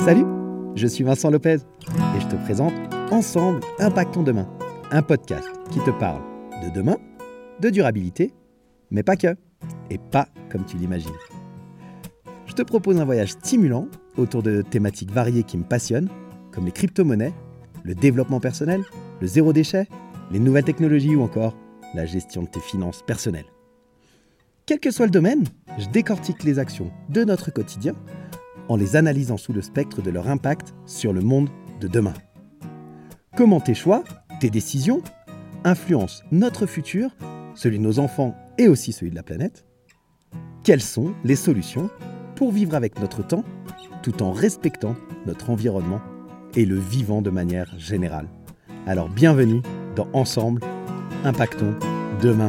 Salut, je suis Vincent Lopez et je te présente Ensemble, Impactons Demain, un podcast qui te parle de demain, de durabilité, mais pas que, et pas comme tu l'imagines. Je te propose un voyage stimulant autour de thématiques variées qui me passionnent, comme les crypto-monnaies, le développement personnel, le zéro déchet, les nouvelles technologies ou encore la gestion de tes finances personnelles. Quel que soit le domaine, je décortique les actions de notre quotidien en les analysant sous le spectre de leur impact sur le monde de demain. Comment tes choix, tes décisions, influencent notre futur, celui de nos enfants et aussi celui de la planète? Quelles sont les solutions pour vivre avec notre temps, tout en respectant notre environnement et le vivant de manière générale? Alors bienvenue dans Ensemble, Impactons Demain.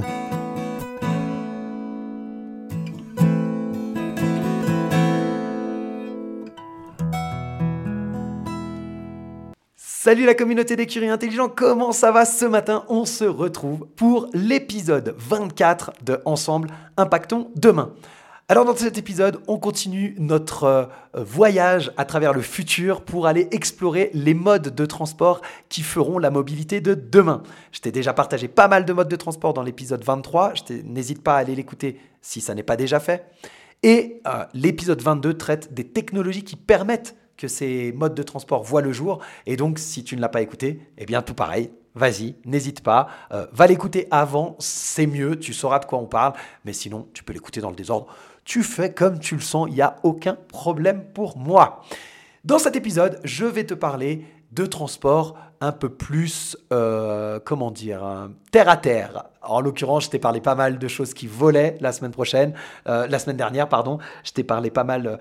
Salut la communauté des curieux intelligents, comment ça va ce matin? On se retrouve pour l'épisode 24 de Ensemble, Impactons Demain. Alors dans cet épisode, on continue notre voyage à travers le futur pour aller explorer les modes de transport qui feront la mobilité de demain. Je t'ai déjà partagé pas mal de modes de transport dans l'épisode 23, n'hésite pas à aller l'écouter si ça n'est pas déjà fait. Et l'épisode 22 traite des technologies qui permettent que ces modes de transport voient le jour. Et donc, si tu ne l'as pas écouté, eh bien tout pareil, vas-y, n'hésite pas. Va l'écouter avant, c'est mieux, tu sauras de quoi on parle. Mais sinon, tu peux l'écouter dans le désordre. Tu fais comme tu le sens, il n'y a aucun problème pour moi. Dans cet épisode, je vais te parler de transport un peu plus, terre à terre. En l'occurrence, je t'ai parlé pas mal de choses qui volaient la semaine dernière, pardon. Je t'ai parlé pas mal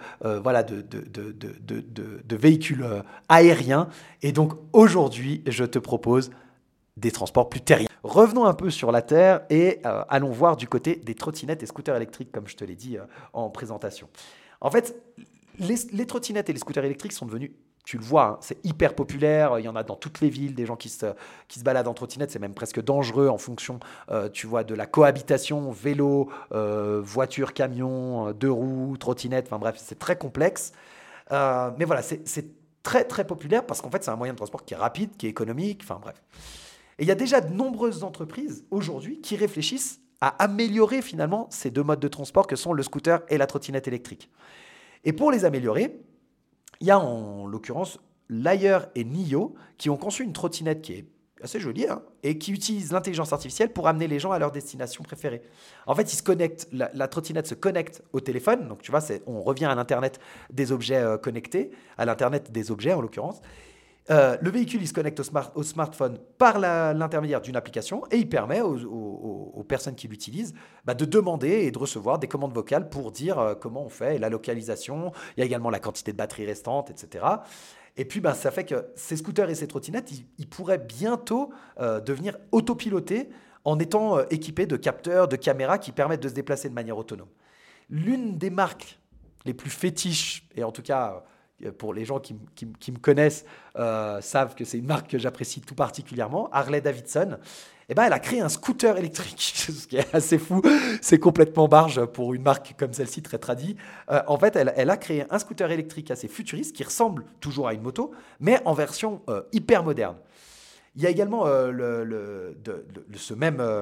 de véhicules aériens. Et donc aujourd'hui, je te propose des transports plus terriens. Revenons un peu sur la terre et allons voir du côté des trottinettes et scooters électriques, comme je te l'ai dit en présentation. En fait, les trottinettes et les scooters électriques sont devenus, tu le vois, hein, c'est hyper populaire. Il y en a dans toutes les villes, des gens qui se baladent en trottinette. C'est même presque dangereux en fonction, tu vois, de la cohabitation, vélo, voiture, camion, deux roues, trottinette. Enfin bref, c'est très complexe. Mais voilà, c'est très très populaire parce qu'en fait, c'est un moyen de transport qui est rapide, qui est économique. Enfin bref. Et il y a déjà de nombreuses entreprises aujourd'hui qui réfléchissent à améliorer finalement ces deux modes de transport que sont le scooter et la trottinette électrique. Et pour les améliorer, il y a en l'occurrence Lier et NIO qui ont conçu une trottinette qui est assez jolie et qui utilise l'intelligence artificielle pour amener les gens à leur destination préférée. En fait, ils se connectent, la trottinette se connecte au téléphone. Donc tu vois, on revient à l'Internet des objets connectés, à l'Internet des objets en l'occurrence. Le véhicule, il se connecte au smartphone par l'intermédiaire d'une application et il permet aux personnes qui l'utilisent de demander et de recevoir des commandes vocales pour dire comment on fait, la localisation. Il y a également la quantité de batterie restante, etc. Et puis, ça fait que ces scooters et ces trottinettes, ils pourraient bientôt devenir autopilotés en étant équipés de capteurs, de caméras qui permettent de se déplacer de manière autonome. L'une des marques les plus fétiches, et en tout cas pour les gens qui me connaissent, savent que c'est une marque que j'apprécie tout particulièrement, Harley-Davidson, elle a créé un scooter électrique, ce qui est assez fou, c'est complètement barge pour une marque comme celle-ci, très tradie. En fait, elle a créé un scooter électrique assez futuriste qui ressemble toujours à une moto, mais en version hyper moderne. Il y a également ce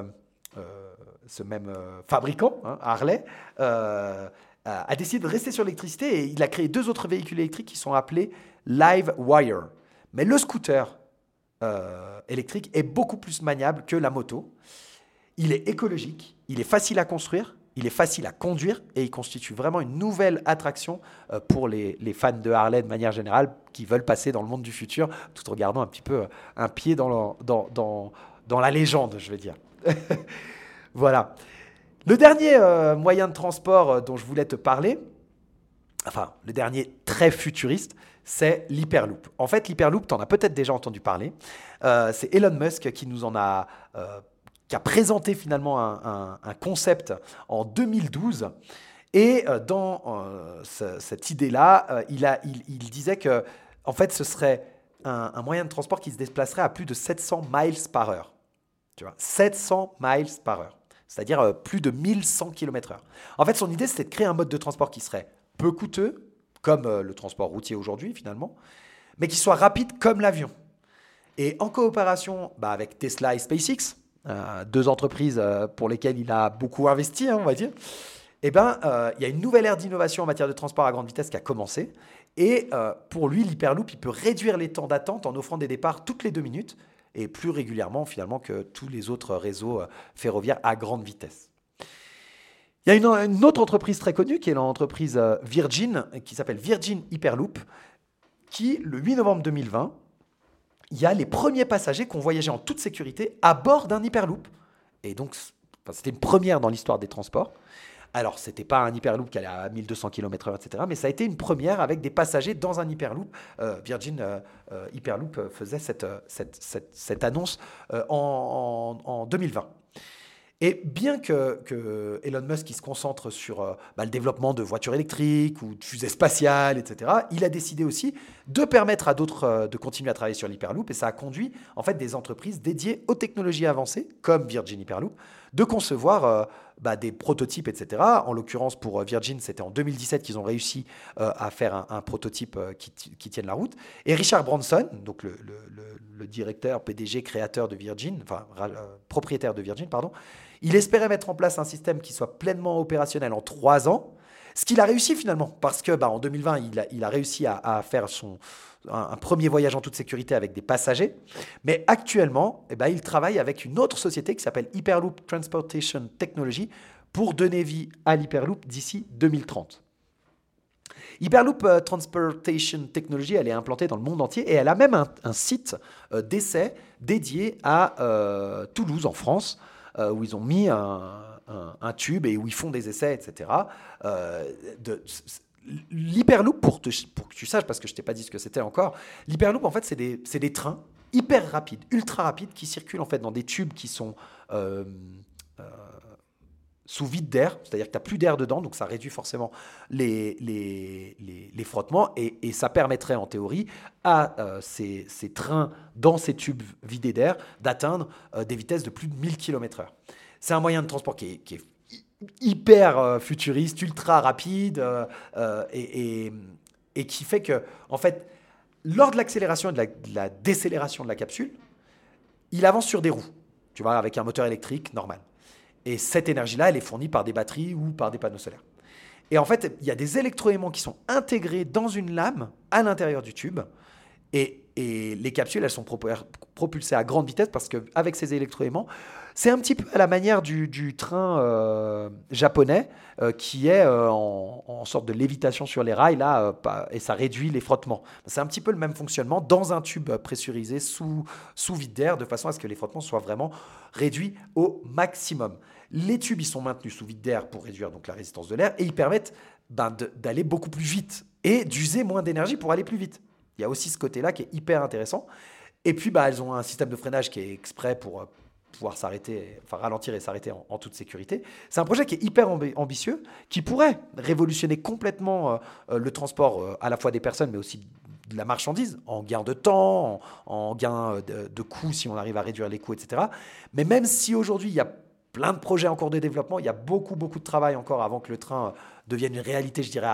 même fabricant, Harley, a décidé de rester sur l'électricité et il a créé deux autres véhicules électriques qui sont appelés Livewire. Mais le scooter électrique est beaucoup plus maniable que la moto. Il est écologique, il est facile à construire, il est facile à conduire et il constitue vraiment une nouvelle attraction pour les fans de Harley de manière générale qui veulent passer dans le monde du futur tout en gardant un petit peu un pied dans la légende, je vais dire. Voilà. Le dernier moyen de transport dont je voulais te parler, enfin le dernier très futuriste, c'est l'Hyperloop. En fait, l'Hyperloop, tu en as peut-être déjà entendu parler. C'est Elon Musk qui a présenté finalement un concept en 2012. Et dans cette idée-là, il disait que en fait, ce serait un moyen de transport qui se déplacerait à plus de 700 miles par heure. Tu vois, 700 miles par heure. C'est-à-dire plus de 1100 km/h. En fait, son idée, c'était de créer un mode de transport qui serait peu coûteux, comme le transport routier aujourd'hui finalement, mais qui soit rapide comme l'avion. Et en coopération avec Tesla et SpaceX, deux entreprises pour lesquelles il a beaucoup investi, on va dire, il y a une nouvelle ère d'innovation en matière de transport à grande vitesse qui a commencé. Et pour lui, l'Hyperloop, il peut réduire les temps d'attente en offrant des départs toutes les 2 minutes et plus régulièrement finalement que tous les autres réseaux ferroviaires à grande vitesse. Il y a une autre entreprise très connue qui est l'entreprise Virgin, qui s'appelle Virgin Hyperloop, qui, le 8 novembre 2020, il y a les premiers passagers qui ont voyagé en toute sécurité à bord d'un Hyperloop. Et donc, c'était une première dans l'histoire des transports. Alors, ce n'était pas un Hyperloop qui allait à 1200 km/h, etc. Mais ça a été une première avec des passagers dans un Hyperloop. Virgin Hyperloop faisait cette annonce en 2020. Et bien que Elon Musk il se concentre sur le développement de voitures électriques ou de fusées spatiales, etc., il a décidé aussi de permettre à d'autres de continuer à travailler sur l'Hyperloop. Et ça a conduit en fait des entreprises dédiées aux technologies avancées, comme Virgin Hyperloop, de concevoir des prototypes, etc. En l'occurrence, pour Virgin, c'était en 2017 qu'ils ont réussi à faire un prototype qui tienne la route. Et Richard Branson, donc le directeur, PDG, créateur de Virgin, propriétaire de Virgin, pardon, il espérait mettre en place un système qui soit pleinement opérationnel en 3 ans, ce qu'il a réussi finalement, parce que en 2020, il a réussi à faire un premier voyage en toute sécurité avec des passagers. Mais actuellement, il travaille avec une autre société qui s'appelle Hyperloop Transportation Technology pour donner vie à l'Hyperloop d'ici 2030. Hyperloop Transportation Technology, elle est implantée dans le monde entier et elle a même un site d'essai dédié à Toulouse, en France, où ils ont mis un tube et où ils font des essais, etc. L'Hyperloop, pour que tu saches, parce que je ne t'ai pas dit ce que c'était encore, l'Hyperloop, en fait, c'est des trains hyper rapides, ultra rapides, qui circulent en fait dans des tubes qui sont sous vide d'air, c'est-à-dire que tu n'as plus d'air dedans, donc ça réduit forcément les frottements, et ça permettrait en théorie à ces trains dans ces tubes vidés d'air d'atteindre des vitesses de plus de 1000 km/h. C'est un moyen de transport qui est hyper futuriste, ultra rapide, et qui fait que, en fait, lors de l'accélération et de la décélération de la capsule, il avance sur des roues, tu vois, avec un moteur électrique normal. Et cette énergie-là, elle est fournie par des batteries ou par des panneaux solaires. Et en fait, il y a des électroaimants qui sont intégrés dans une lame à l'intérieur du tube. Et les capsules, elles sont propulsées à grande vitesse parce qu'avec ces électroaimants, c'est un petit peu à la manière du train japonais qui est en sorte de lévitation sur les rails là, et ça réduit les frottements. C'est un petit peu le même fonctionnement dans un tube pressurisé sous vide d'air de façon à ce que les frottements soient vraiment réduits au maximum. Les tubes, ils sont maintenus sous vide d'air pour réduire donc la résistance de l'air et ils permettent d'aller beaucoup plus vite et d'user moins d'énergie pour aller plus vite. Il y a aussi ce côté-là qui est hyper intéressant. Et puis, elles ont un système de freinage qui est exprès pour pouvoir s'arrêter, enfin ralentir et s'arrêter en toute sécurité. C'est un projet qui est hyper ambitieux, qui pourrait révolutionner complètement le transport à la fois des personnes, mais aussi de la marchandise, en gain de temps, en gain de coûts si on arrive à réduire les coûts, etc. Mais même si aujourd'hui, il y a plein de projets en cours de développement, il y a beaucoup, beaucoup de travail encore avant que le train devienne une réalité, je dirais,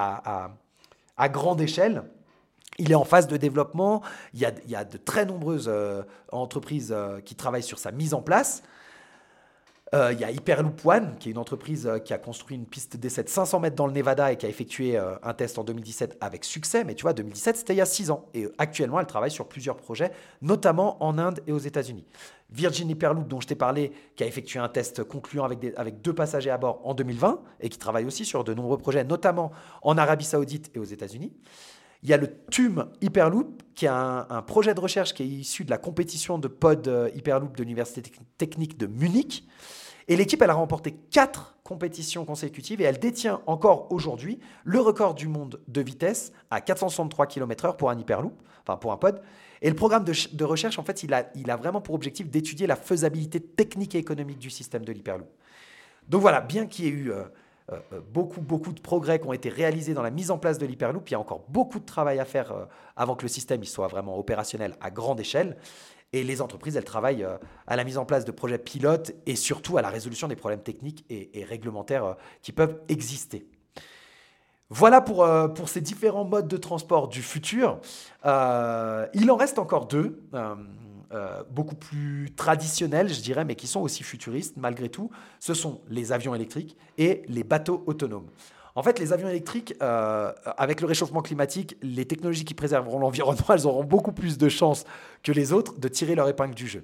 à grande échelle. Il est en phase de développement. Il y a de très nombreuses entreprises qui travaillent sur sa mise en place. Il y a Hyperloop One, qui est une entreprise qui a construit une piste d'essai de 500 mètres dans le Nevada et qui a effectué un test en 2017 avec succès. Mais tu vois, 2017, c'était il y a 6 ans. Et actuellement, elle travaille sur plusieurs projets, notamment en Inde et aux États-Unis. Virgin Hyperloop, dont je t'ai parlé, qui a effectué un test concluant avec 2 passagers à bord en 2020 et qui travaille aussi sur de nombreux projets, notamment en Arabie Saoudite et aux États-Unis. Il y a le TUM Hyperloop, qui est un projet de recherche qui est issu de la compétition de pod Hyperloop de l'Université technique de Munich. Et l'équipe, elle a remporté 4 compétitions consécutives et elle détient encore aujourd'hui le record du monde de vitesse à 463 km/h pour un Hyperloop, enfin pour un pod. Et le programme de recherche, en fait, il a vraiment pour objectif d'étudier la faisabilité technique et économique du système de l'Hyperloop. Donc voilà, bien qu'il y ait eu beaucoup de progrès qui ont été réalisés dans la mise en place de l'Hyperloop, il y a encore beaucoup de travail à faire avant que le système il soit vraiment opérationnel à grande échelle. Et les entreprises, elles travaillent à la mise en place de projets pilotes et surtout à la résolution des problèmes techniques et réglementaires qui peuvent exister. Voilà pour ces différents modes de transport du futur. Il en reste encore deux, beaucoup plus traditionnels, je dirais, mais qui sont aussi futuristes malgré tout. Ce sont les avions électriques et les bateaux autonomes. En fait, les avions électriques, avec le réchauffement climatique, les technologies qui préserveront l'environnement, elles auront beaucoup plus de chances que les autres de tirer leur épingle du jeu.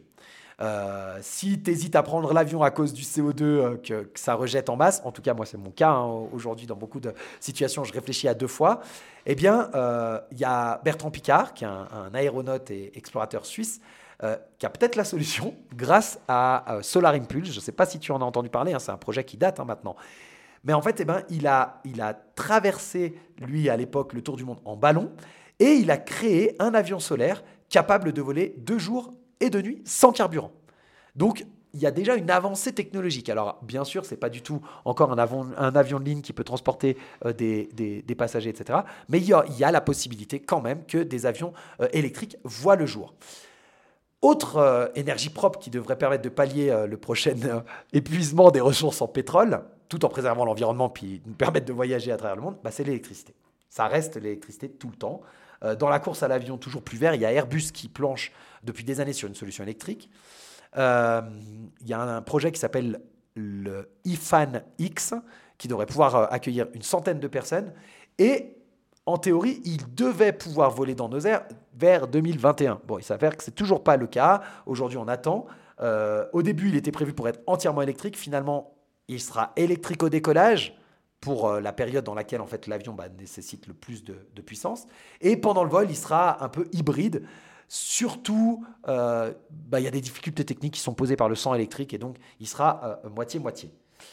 Si tu hésites à prendre l'avion à cause du CO2 que ça rejette en masse, en tout cas moi c'est mon cas aujourd'hui dans beaucoup de situations, je réfléchis à deux fois, eh bien il y a Bertrand Piccard qui est un aéronaute et explorateur suisse qui a peut-être la solution grâce à Solar Impulse. Je ne sais pas si tu en as entendu parler, hein, c'est un projet qui date maintenant. Mais en fait, eh ben, il a traversé, lui, à l'époque, le tour du monde en ballon et il a créé un avion solaire capable de voler 2 jours et 2 nuits sans carburant. Donc, il y a déjà une avancée technologique. Alors, bien sûr, ce n'est pas du tout encore un avion de ligne qui peut transporter des passagers, etc. Mais il y a la possibilité quand même que des avions électriques voient le jour. Autre énergie propre qui devrait permettre de pallier le prochain épuisement des ressources en pétrole, tout en préservant l'environnement puis nous permettre de voyager à travers le monde, bah, c'est l'électricité. Ça reste l'électricité tout le temps. Dans la course à l'avion toujours plus vert, il y a Airbus qui planche depuis des années sur une solution électrique. Il y a un projet qui s'appelle le IFAN X qui devrait pouvoir accueillir une centaine de personnes. Et en théorie, il devait pouvoir voler dans nos airs vers 2021. Bon, il s'avère que ce n'est toujours pas le cas. Aujourd'hui, on attend. Au début, il était prévu pour être entièrement électrique. Finalement, il sera électrique au décollage pour la période dans laquelle en fait, l'avion nécessite le plus de puissance. Et pendant le vol, il sera un peu hybride. Surtout, il y a des difficultés techniques qui sont posées par le sang électrique et donc il sera moitié-moitié.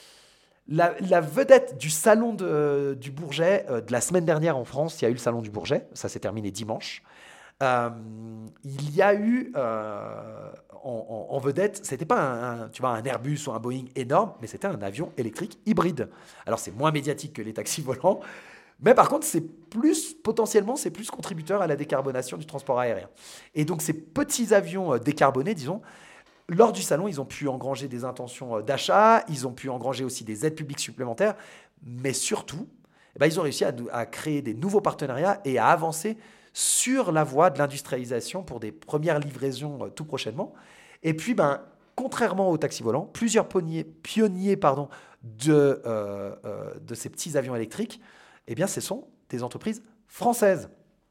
La vedette du salon du Bourget de la semaine dernière en France, il y a eu le salon du Bourget, ça s'est terminé dimanche. Il y a eu en vedette, c'était pas un Airbus ou un Boeing énorme, mais c'était un avion électrique hybride. Alors c'est moins médiatique que les taxis volants, mais par contre potentiellement c'est plus contributeur à la décarbonation du transport aérien. Et donc ces petits avions décarbonés, disons, lors du salon, ils ont pu engranger des intentions d'achat, ils ont pu engranger aussi des aides publiques supplémentaires, mais surtout, ils ont réussi à créer des nouveaux partenariats et à avancer sur la voie de l'industrialisation pour des premières livraisons tout prochainement. Et puis, contrairement aux taxis volants, plusieurs pionniers de ces petits avions électriques, ce sont des entreprises françaises.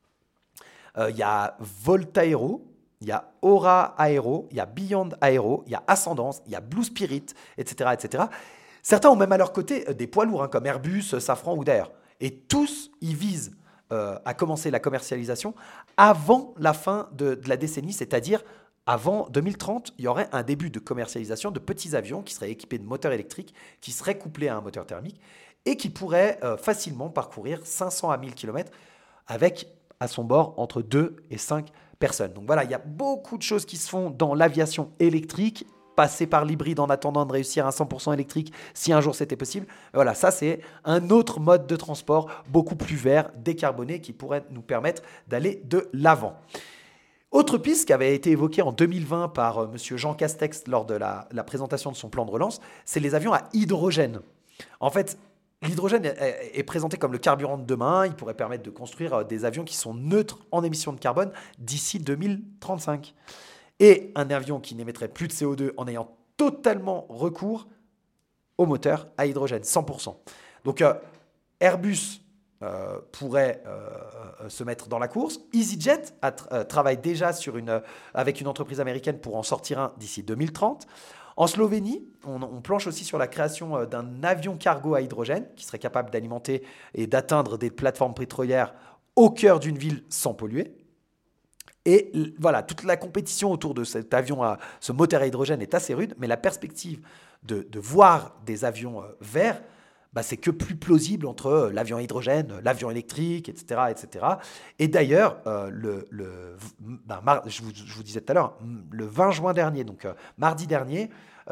Il y a Voltaero, il y a Aura Aero, il y a Beyond Aero, il y a Ascendance, il y a Blue Spirit, etc., etc. Certains ont même à leur côté des poids lourds comme Airbus, Safran ou Daher. Et tous, ils visent à commencer la commercialisation avant la fin de la décennie, c'est-à-dire avant 2030, il y aurait un début de commercialisation de petits avions qui seraient équipés de moteurs électriques, qui seraient couplés à un moteur thermique et qui pourraient facilement parcourir 500 à 1000 km avec à son bord entre 2 et 5 personnes. Donc voilà, il y a beaucoup de choses qui se font dans l'aviation électrique, passer par l'hybride en attendant de réussir un 100% électrique si un jour c'était possible. Voilà, ça c'est un autre mode de transport beaucoup plus vert, décarboné, qui pourrait nous permettre d'aller de l'avant. Autre piste qui avait été évoquée en 2020 par M. Jean Castex lors de la présentation de son plan de relance, c'est les avions à hydrogène. En fait, l'hydrogène est présenté comme le carburant de demain. Il pourrait permettre de construire des avions qui sont neutres en émissions de carbone d'ici 2035. Et un avion qui n'émettrait plus de CO2 en ayant totalement recours au moteur à hydrogène, 100%. Donc Airbus pourrait se mettre dans la course. EasyJet travaille déjà avec une entreprise américaine pour en sortir un d'ici 2030. En Slovénie, on planche aussi sur la création d'un avion cargo à hydrogène qui serait capable d'alimenter et d'atteindre des plateformes pétrolières au cœur d'une ville sans polluer. Et voilà, toute la compétition autour de cet avion, ce moteur à hydrogène est assez rude, mais la perspective de voir des avions verts, c'est que plus plausible entre l'avion à hydrogène, l'avion électrique, etc. etc. Et d'ailleurs, je vous disais tout à l'heure, le 20 juin dernier, donc mardi dernier,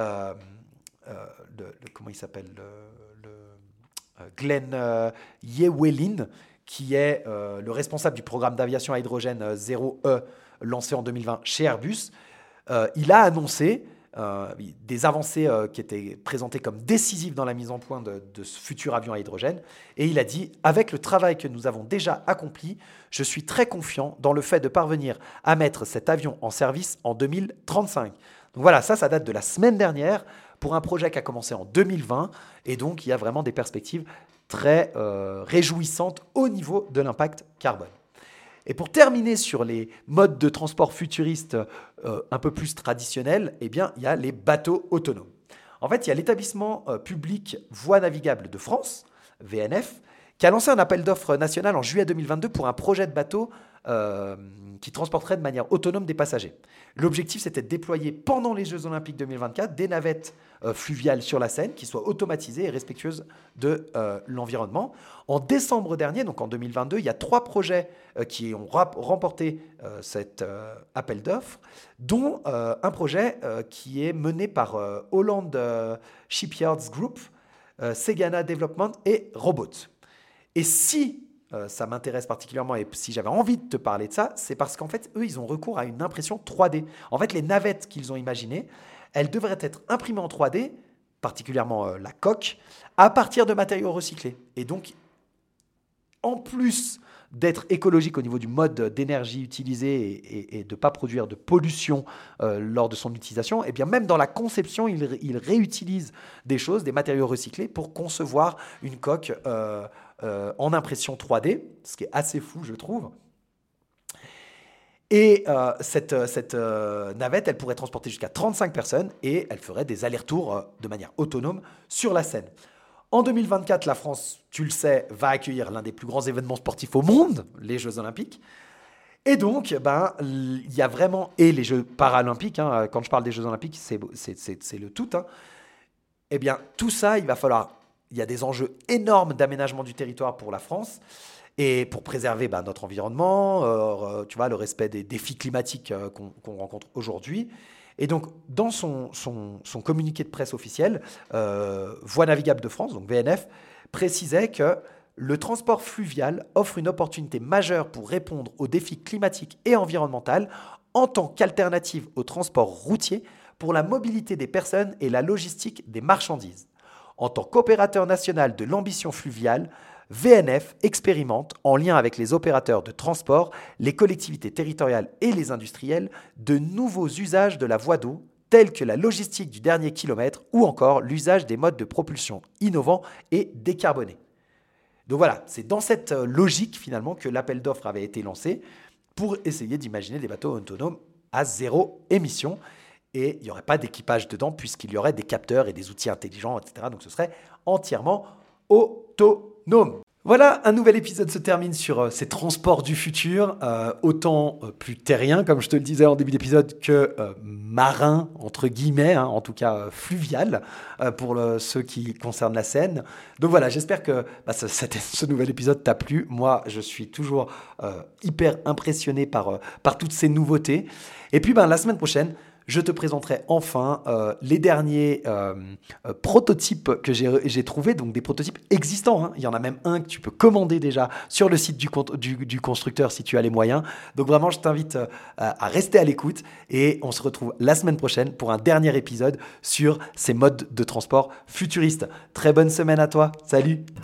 comment il s'appelle Glenn Llewellyn, qui est le responsable du programme d'aviation à hydrogène 0E lancé en 2020 chez Airbus, il a annoncé des avancées qui étaient présentées comme décisives dans la mise en point de ce futur avion à hydrogène. Et il a dit « Avec le travail que nous avons déjà accompli, je suis très confiant dans le fait de parvenir à mettre cet avion en service en 2035. » Donc voilà, ça date de la semaine dernière pour un projet qui a commencé en 2020. Et donc, il y a vraiment des perspectives très réjouissantes au niveau de l'impact carbone. Et pour terminer sur les modes de transport futuristes un peu plus traditionnels, eh bien, il y a les bateaux autonomes. En fait, il y a l'établissement public Voies navigables de France, VNF, qui a lancé un appel d'offres national en juillet 2022 pour un projet de bateau qui transporterait de manière autonome des passagers. L'objectif, c'était de déployer pendant les Jeux Olympiques 2024 des navettes fluviales sur la Seine qui soient automatisées et respectueuses de l'environnement. En décembre dernier, donc en 2022, il y a 3 projets qui ont remporté cet appel d'offres, dont un projet qui est mené par Holland Shipyards Group, Segana Development et Robot. Et si ça m'intéresse particulièrement et si j'avais envie de te parler de ça, c'est parce qu'en fait, eux, ils ont recours à une impression 3D. En fait, les navettes qu'ils ont imaginées, elles devraient être imprimées en 3D, particulièrement la coque, à partir de matériaux recyclés. Et donc, en plus d'être écologique au niveau du mode d'énergie utilisé et de ne pas produire de pollution lors de son utilisation, et bien même dans la conception, il réutilise des choses, des matériaux recyclés pour concevoir une coque en impression 3D, ce qui est assez fou, je trouve. Et cette navette, elle pourrait transporter jusqu'à 35 personnes et elle ferait des allers-retours de manière autonome sur la Seine. En 2024, la France, tu le sais, va accueillir l'un des plus grands événements sportifs au monde, les Jeux Olympiques. Et donc, il y a vraiment, et les Jeux Paralympiques, hein, quand je parle des Jeux Olympiques, c'est le tout. Hein. Eh bien, tout ça, il y a des enjeux énormes d'aménagement du territoire pour la France et pour préserver notre environnement, tu vois, le respect des défis climatiques qu'on rencontre aujourd'hui. Et donc, dans son communiqué de presse officiel, Voies navigables de France, donc VNF, précisait que le transport fluvial offre une opportunité majeure pour répondre aux défis climatiques et environnementaux en tant qu'alternative au transport routier pour la mobilité des personnes et la logistique des marchandises. En tant qu'opérateur national de l'ambition fluviale, VNF expérimente, en lien avec les opérateurs de transport, les collectivités territoriales et les industriels, de nouveaux usages de la voie d'eau, tels que la logistique du dernier kilomètre ou encore l'usage des modes de propulsion innovants et décarbonés. Donc voilà, c'est dans cette logique finalement que l'appel d'offres avait été lancé pour essayer d'imaginer des bateaux autonomes à 0 émission. Et il n'y aurait pas d'équipage dedans puisqu'il y aurait des capteurs et des outils intelligents, etc. Donc ce serait entièrement autonome. Voilà, un nouvel épisode se termine sur ces transports du futur, autant plus terriens, comme je te le disais en début d'épisode, que marins, entre guillemets, hein, en tout cas fluvial, pour ceux qui concernent la Seine. Donc voilà, j'espère que ce nouvel épisode t'a plu. Moi, je suis toujours hyper impressionné par toutes ces nouveautés. Et puis la semaine prochaine, je te présenterai enfin les derniers prototypes que j'ai trouvés, donc des prototypes existants. Hein. Il y en a même un que tu peux commander déjà sur le site du constructeur si tu as les moyens. Donc vraiment, je t'invite à rester à l'écoute et on se retrouve la semaine prochaine pour un dernier épisode sur ces modes de transport futuristes. Très bonne semaine à toi. Salut!